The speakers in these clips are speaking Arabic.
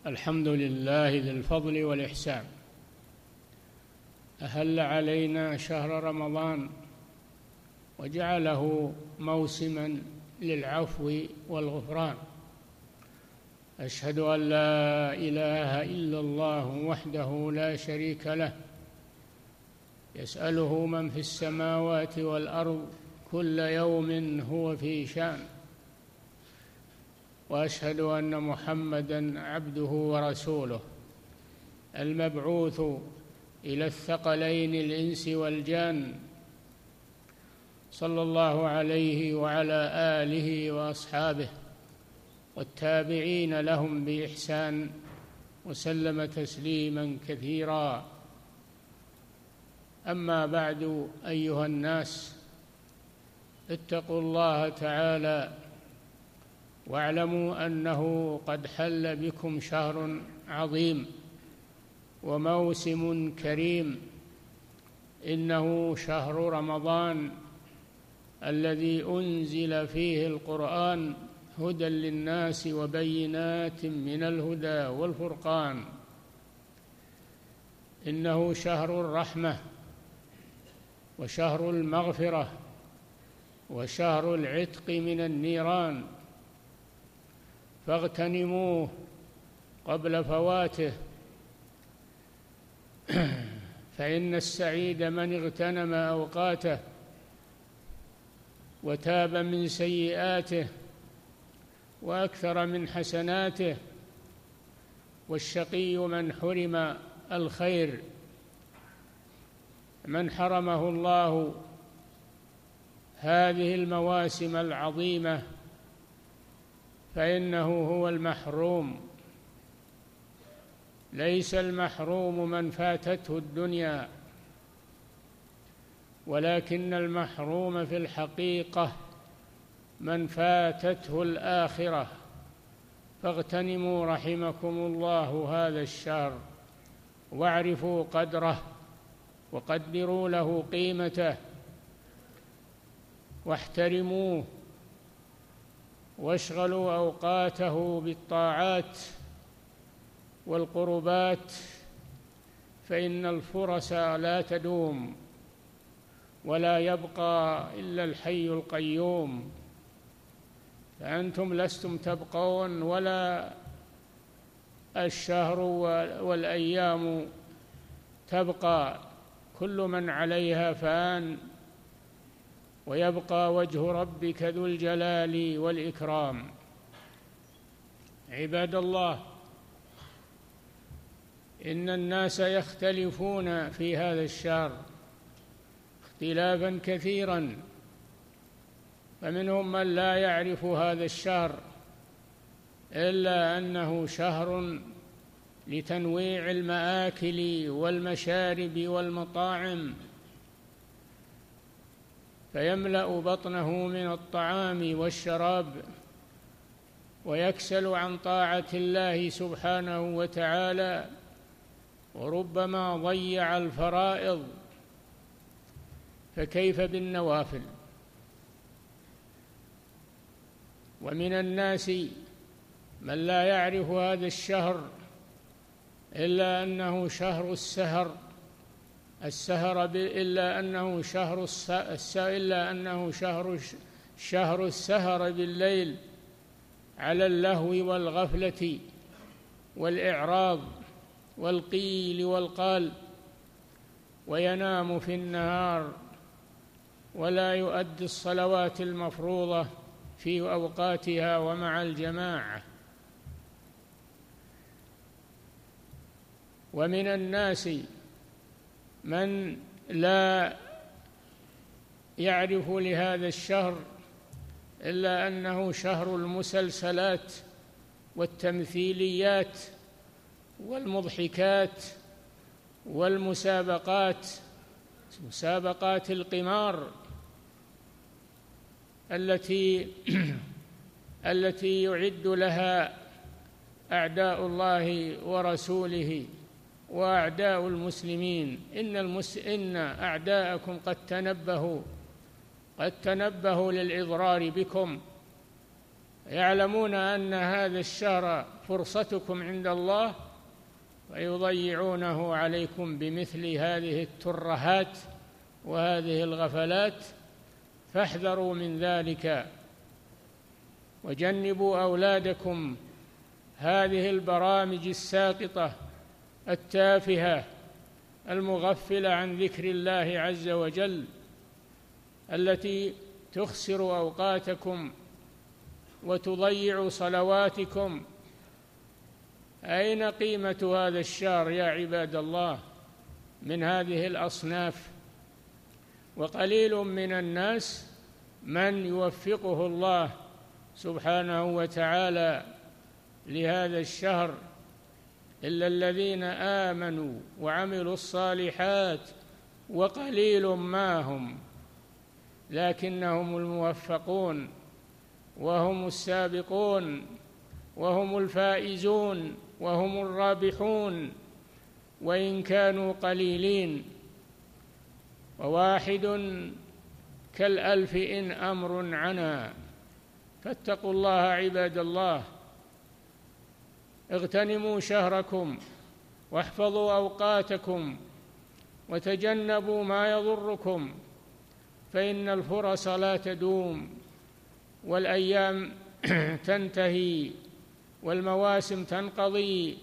الحمد لله ذي الفضل والإحسان. أهل علينا شهر رمضان وجعله موسما للعفو والغفران. أشهد أن لا إله إلا الله وحده لا شريك له، يسأله من في السماوات والأرض كل يوم هو في شأن. وأشهد أن محمدًا عبده ورسوله المبعوث إلى الثقلين الإنس والجان، صلى الله عليه وعلى آله وأصحابه والتابعين لهم بإحسان وسلم تسليمًا كثيرا. أما بعد، أيها الناس، اتقوا الله تعالى واعلموا أنه قد حل بكم شهر عظيم وموسم كريم، إنه شهر رمضان الذي أنزل فيه القرآن هدى للناس وبينات من الهدى والفرقان. إنه شهر الرحمة وشهر المغفرة وشهر العتق من النيران، فاغتنموه قبل فواته، فإن السعيد من اغتنم أوقاته وتاب من سيئاته وأكثر من حسناته، والشقي من حرم الخير. من حرمه الله هذه المواسم العظيمة فإنه هو المحروم. ليس المحروم من فاتته الدنيا، ولكن المحروم في الحقيقة من فاتته الآخرة. فاغتنموا رحمكم الله هذا الشهر، واعرفوا قدره وقدروا له قيمته واحترموه، واشغلوا أوقاته بالطاعات والقربات، فإن الفرص لا تدوم ولا يبقى إلا الحي القيوم. فأنتم لستم تبقون ولا الشهر والأيام تبقى، كل من عليها فان، ويبقى وجه ربك ذو الجلال والإكرام. عباد الله، إن الناس يختلفون في هذا الشهر اختلافا كثيرا، فمنهم من لا يعرف هذا الشهر إلا أنه شهر لتنويع المآكل والمشارب والمطاعم، فيملأ بطنه من الطعام والشراب ويكسل عن طاعة الله سبحانه وتعالى، وربما ضيع الفرائض، فكيف بالنوافل؟ ومن الناس من لا يعرف هذا الشهر إلا أنه شهر شهر السهر بالليل على اللهو والغفلة والإعراض والقيل والقال، وينام في النهار ولا يؤدي الصلوات المفروضة في أوقاتها ومع الجماعة. ومن الناس من لا يعرف لهذا الشهر إلا أنه شهر المسلسلات والتمثيليات والمضحكات والمسابقات، مسابقات القمار التي يعد لها أعداء الله ورسوله وأعداء المسلمين. إن أعداءكم قد تنبهوا للإضرار بكم، يعلمون أن هذا الشهر فرصتكم عند الله ويضيعونه عليكم بمثل هذه الترهات وهذه الغفلات، فاحذروا من ذلك وجنبوا أولادكم هذه البرامج الساقطة التافهة المغفلة عن ذكر الله عز وجل التي تخسر أوقاتكم وتضيع صلواتكم. أين قيمة هذا الشهر يا عباد الله من هذه الأصناف؟ وقليل من الناس من يوفقه الله سبحانه وتعالى لهذا الشهر إلا الذين آمنوا وعملوا الصالحات وقليل ما هم، لكنهم الموفقون وهم السابقون وهم الفائزون وهم الرابحون وإن كانوا قليلين. وواحد كالألف إن أمر عنا. فاتقوا الله عباد الله، اغتنموا شهركم واحفظوا أوقاتكم وتجنبوا ما يضركم، فإن الفرص لا تدوم والأيام تنتهي والمواسم تنقضي.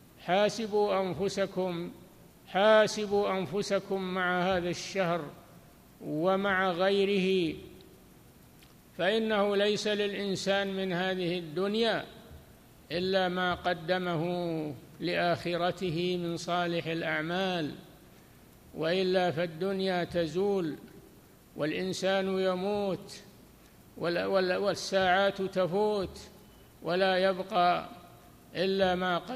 حاسبوا أنفسكم مع هذا الشهر ومع غيره، فإنه ليس للإنسان من هذه الدنيا إلا ما قدمه لآخرته من صالح الأعمال، وإلا فالدنيا تزول والإنسان يموت والساعات تفوت ولا يبقى إلا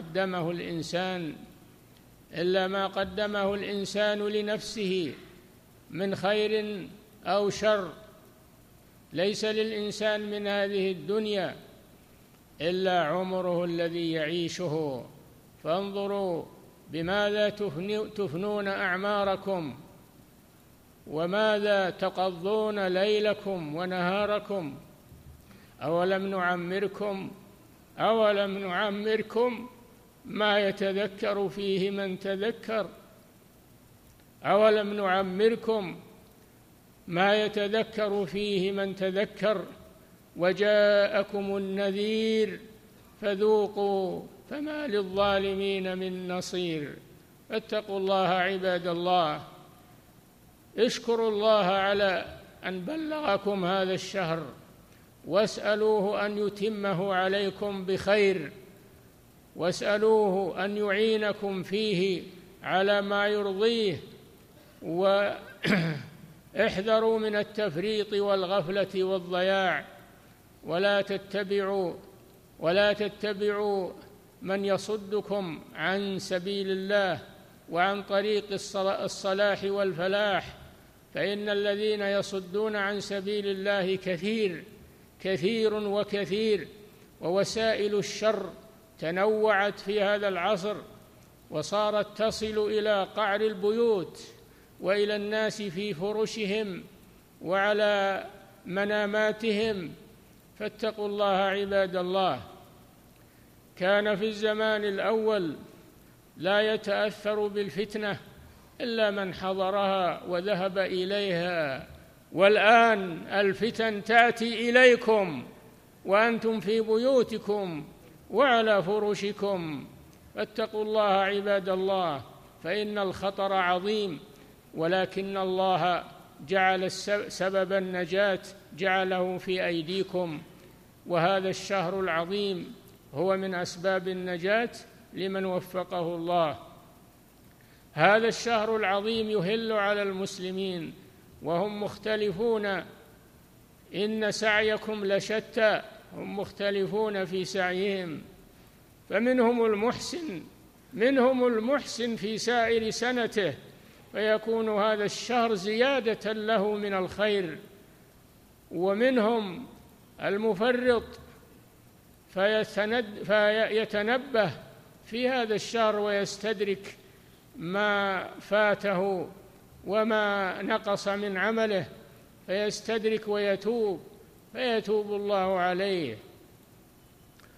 ما قدمه الإنسان لنفسه من خير أو شر. ليس للإنسان من هذه الدنيا إلا عمره الذي يعيشه، فانظروا بماذا تفنون أعماركم وماذا تقضون ليلكم ونهاركم. أولم نعمركم ما يتذكر فيه من تذكر، أولم نعمركم ما يتذكر فيه من تذكر وجاءكم النذير فذوقوا فما للظالمين من نصير. فاتقوا الله عباد الله، اشكروا الله على أن بلغكم هذا الشهر، واسألوه أن يتمه عليكم بخير، واسألوه أن يعينكم فيه على ما يرضيه، واحذروا من التفريط والغفلة والضياع، ولا تتبعوا من يصدكم عن سبيل الله وعن طريق الصلاح والفلاح، فإن الذين يصدون عن سبيل الله كثير وكثير، ووسائل الشر تنوعت في هذا العصر وصارت تصل إلى قعر البيوت وإلى الناس في فرشهم وعلى مناماتهم. فاتقوا الله عباد الله. كان في الزمان الأول لا يتأثر بالفتنة إلا من حضرها وذهب إليها، والآن الفتن تأتي إليكم وأنتم في بيوتكم وعلى فرشكم. فاتقوا الله عباد الله، فإن الخطر عظيم، ولكن الله جعل سبب النجاة جعله في أيديكم، وهذا الشهر العظيم هو من أسباب النجاة لمن وفقه الله. هذا الشهر العظيم يهل على المسلمين وهم مختلفون، إن سعيكم لشتى، هم مختلفون في سعيهم، فمنهم المحسن في سائر سنته، فيكون هذا الشهر زيادة له من الخير، ومنهم المفرط فيتنبه في هذا الشهر ويستدرك ما فاته وما نقص من عمله، فيستدرك ويتوب فيتوب الله عليه.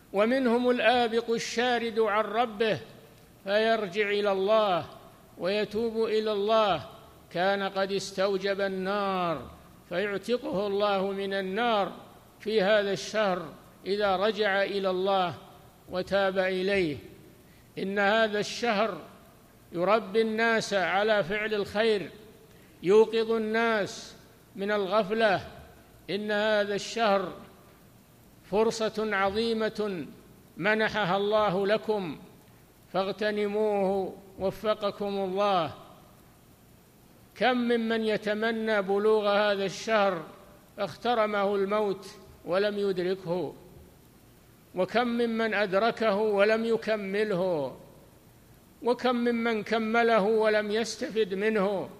ومنهم الآبق الشارد عن ربه فيرجع إلى الله ويتوب إلى الله، كان قد استوجب النار فيعتقه الله من النار في هذا الشهر إذا رجع إلى الله وتاب إليه. إن هذا الشهر يربي الناس على فعل الخير، يوقظ الناس من الغفلة. إن هذا الشهر فرصة عظيمة منحها الله لكم فاغتنموه وفقكم الله. كم ممن يتمنى بلوغ هذا الشهر اخترمه الموت ولم يدركه، وكم ممن أدركه ولم يكمله، وكم ممن كمله ولم يستفد منه.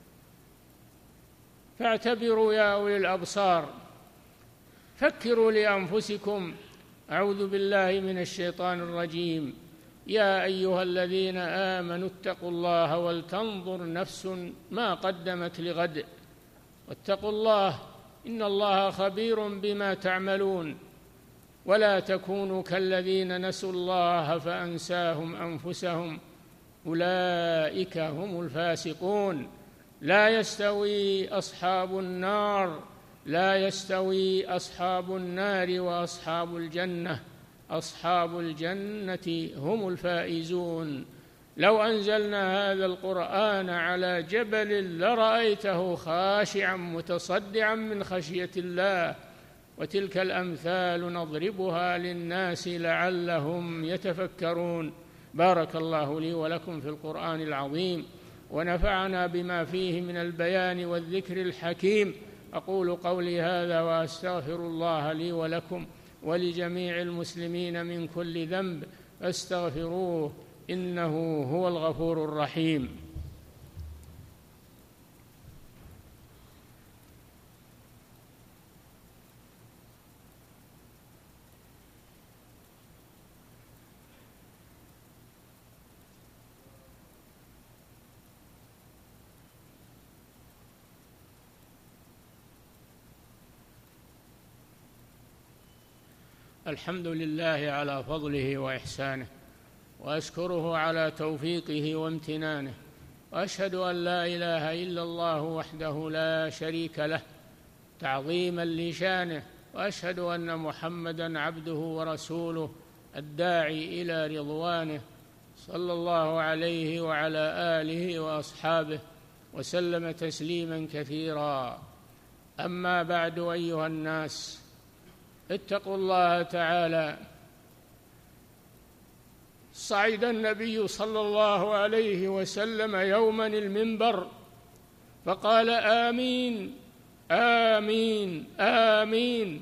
فاعتبروا يا أولي الأبصار، فكروا لأنفسكم. أعوذ بالله من الشيطان الرجيم. يا أيها الذين آمنوا اتقوا الله ولتنظر نفس ما قدمت لغد واتقوا الله إن الله خبير بما تعملون. ولا تكونوا كالذين نسوا الله فأنساهم أنفسهم أولئك هم الفاسقون. لا يستوي أصحاب النار وأصحاب الجنة، أصحاب الجنة هم الفائزون. لو أنزلنا هذا القرآن على جبل لرأيته خاشعا متصدعا من خشية الله. وتلك الأمثال نضربها للناس لعلهم يتفكرون. بارك الله لي ولكم في القرآن العظيم، ونفعنا بما فيه من البيان والذكر الحكيم. أقول قولي هذا وأستغفر الله لي ولكم ولجميع المسلمين من كل ذنب فاستغفروه إنه هو الغفور الرحيم. الحمد لله على فضله وإحسانه، وأشكره على توفيقه وامتنانه، وأشهد أن لا إله إلا الله وحده لا شريك له تعظيما لشانه، وأشهد أن محمدًا عبده ورسوله الداعي إلى رضوانه صلى الله عليه وعلى آله وأصحابه وسلم تسليما كثيرا. أما بعد، أيها الناس، اتقوا الله تعالى. صعد النبي صلى الله عليه وسلم يوما المنبر فقال: آمين آمين آمين.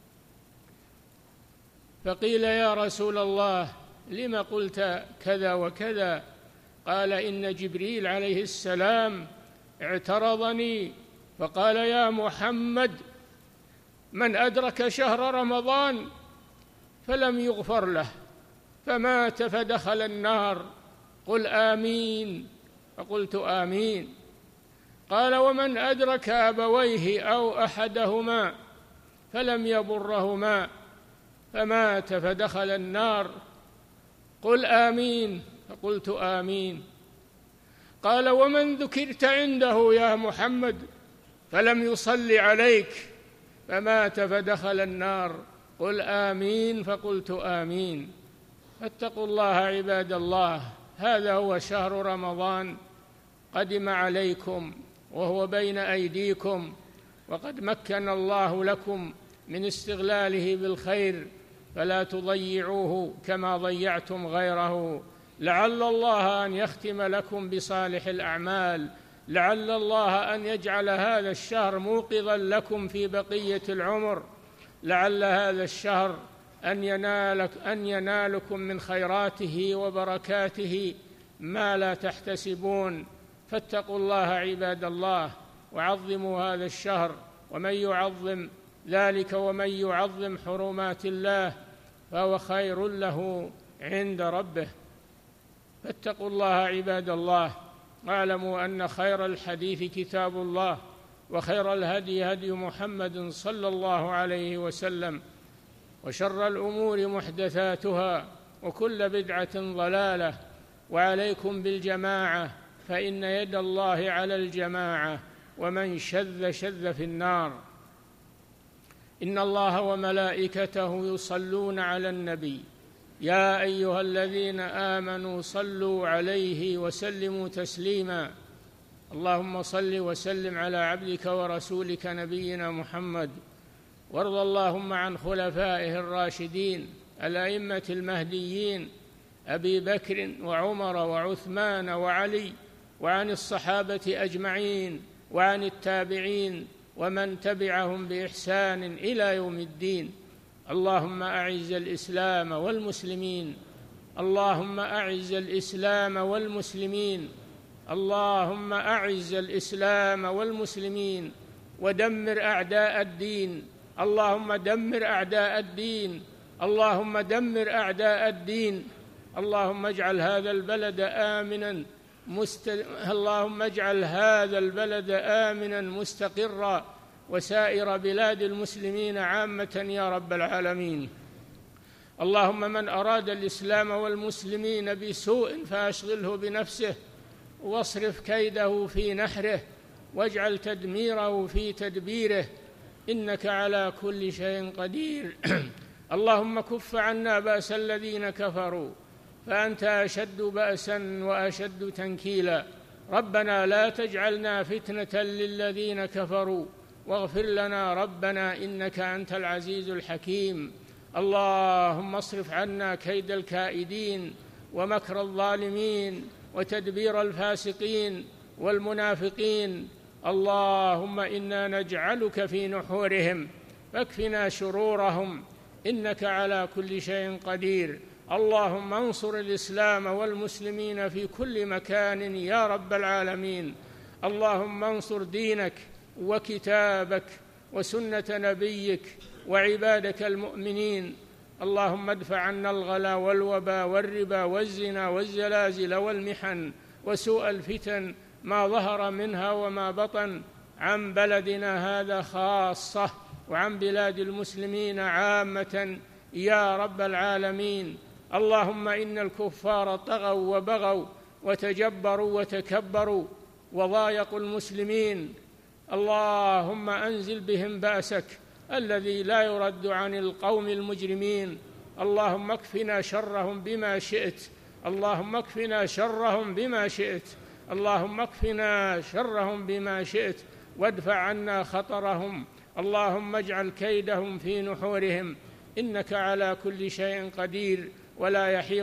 فقيل: يا رسول الله، لم قلت كذا وكذا؟ قال: إن جبريل عليه السلام اعترضني فقال: يا محمد، من أدرك شهر رمضان فلم يغفر له فمات فدخل النار، قل آمين. فقلت: آمين. قال: ومن أدرك أبويه أو أحدهما فلم يبرهما فمات فدخل النار، قل آمين. فقلت: آمين. قال: ومن ذكرت عنده يا محمد فلم يصل عليك فمات فدخل النار، قل آمين. فقلت: آمين. فاتقوا الله عباد الله. هذا هو شهر رمضان، قدم عليكم وهو بين أيديكم، وقد مكن الله لكم من استغلاله بالخير، فلا تضيعوه كما ضيعتم غيره. لعل الله أن يختم لكم بصالح الأعمال، لعل الله أن يجعل هذا الشهر موقظا لكم في بقية العمر، لعل هذا الشهر أن ينالكم من خيراته وبركاته ما لا تحتسبون. فاتقوا الله عباد الله، وعظموا هذا الشهر، ومن يعظم ذلك ومن يعظم حرمات الله فهو خير له عند ربه. فاتقوا الله عباد الله، واعلموا أن خير الحديث كتاب الله، وخير الهدي هدي محمد صلى الله عليه وسلم، وشر الأمور محدثاتها وكل بدعة ضلالة، وعليكم بالجماعة فإن يد الله على الجماعة، ومن شذ شذ في النار. إن الله وملائكته يصلون على النبي يا أيها الذين آمنوا صلوا عليه وسلموا تسليما. اللهم صل وسلم على عبدك ورسولك نبينا محمد، وارض اللهم عن خلفائه الراشدين الأئمة المهديين أبي بكر وعمر وعثمان وعلي، وعن الصحابة أجمعين، وعن التابعين ومن تبعهم بإحسان إلى يوم الدين. اللهم أعز الإسلام والمسلمين، اللهم أعز الإسلام والمسلمين، اللهم أعز الإسلام والمسلمين، ودمر أعداء الدين، اللهم دمر أعداء الدين، اللهم دمر أعداء الدين. اللهم اجعل هذا البلد آمنا اللهم اجعل هذا البلد آمنا مستقرا، وسائر بلاد المسلمين عامة يا رب العالمين. اللهم من أراد الإسلام والمسلمين بسوء فأشغله بنفسه، واصرف كيده في نحره، واجعل تدميره في تدبيره، إنك على كل شيء قدير. اللهم كف عنا بأس الذين كفروا، فأنت أشد بأسا وأشد تنكيلا. ربنا لا تجعلنا فتنة للذين كفروا، واغفر لنا ربنا إنك أنت العزيز الحكيم. اللهم اصرف عنا كيد الكائدين ومكر الظالمين وتدبير الفاسقين والمنافقين. اللهم إنا نجعلك في نحورهم فاكفنا شرورهم، إنك على كل شيء قدير. اللهم انصر الإسلام والمسلمين في كل مكان يا رب العالمين. اللهم انصر دينك وكتابك وسنة نبيك وعبادك المؤمنين. اللهم ادفع عنا الغلا والوبا والربا والزنا والزلازل والمحن وسوء الفتن ما ظهر منها وما بطن، عن بلدنا هذا خاصة وعن بلاد المسلمين عامة يا رب العالمين. اللهم إن الكفار طغوا وبغوا وتجبروا وتكبروا وضايقوا المسلمين. اللهم أنزل بهم بأسك الذي لا يرد عن القوم المجرمين. اللهم اكفنا شرهم بما شئت، اللهم اكفنا شرهم بما شئت، اللهم اكفنا شرهم بما شئت، وادفع عنا خطرهم. اللهم اجعل كيدهم في نحورهم، إنك على كل شيء قدير، ولا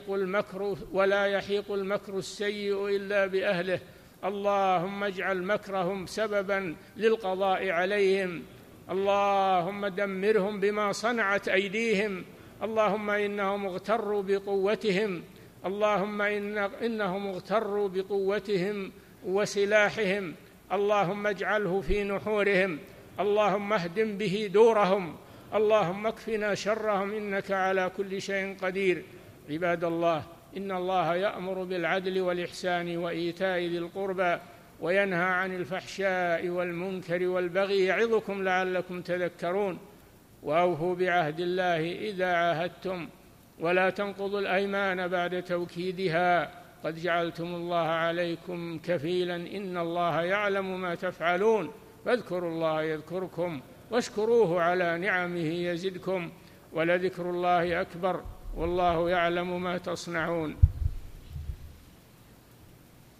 يحيق المكر السيء إلا بأهله. اللهم اجعل مكرهم سببا للقضاء عليهم. اللهم دمرهم بما صنعت أيديهم. اللهم إنهم اغتروا بقوتهم، اللهم إنهم اغتروا بقوتهم وسلاحهم. اللهم اجعله في نحورهم، اللهم اهدم به دورهم. اللهم اكفنا شرهم، إنك على كل شيء قدير. عباد الله، إن الله يأمر بالعدل والإحسان وإيتاء ذي القربى، وينهى عن الفحشاء والمنكر والبغي، يعظكم لعلكم تذكرون. وأوفوا بعهد الله إذا عاهدتم، ولا تنقضوا الأيمان بعد توكيدها، قد جعلتم الله عليكم كفيلا، إن الله يعلم ما تفعلون. فاذكروا الله يذكركم، واشكروه على نعمه يزدكم، ولذكر الله أكبر، والله يعلم ما تصنعون.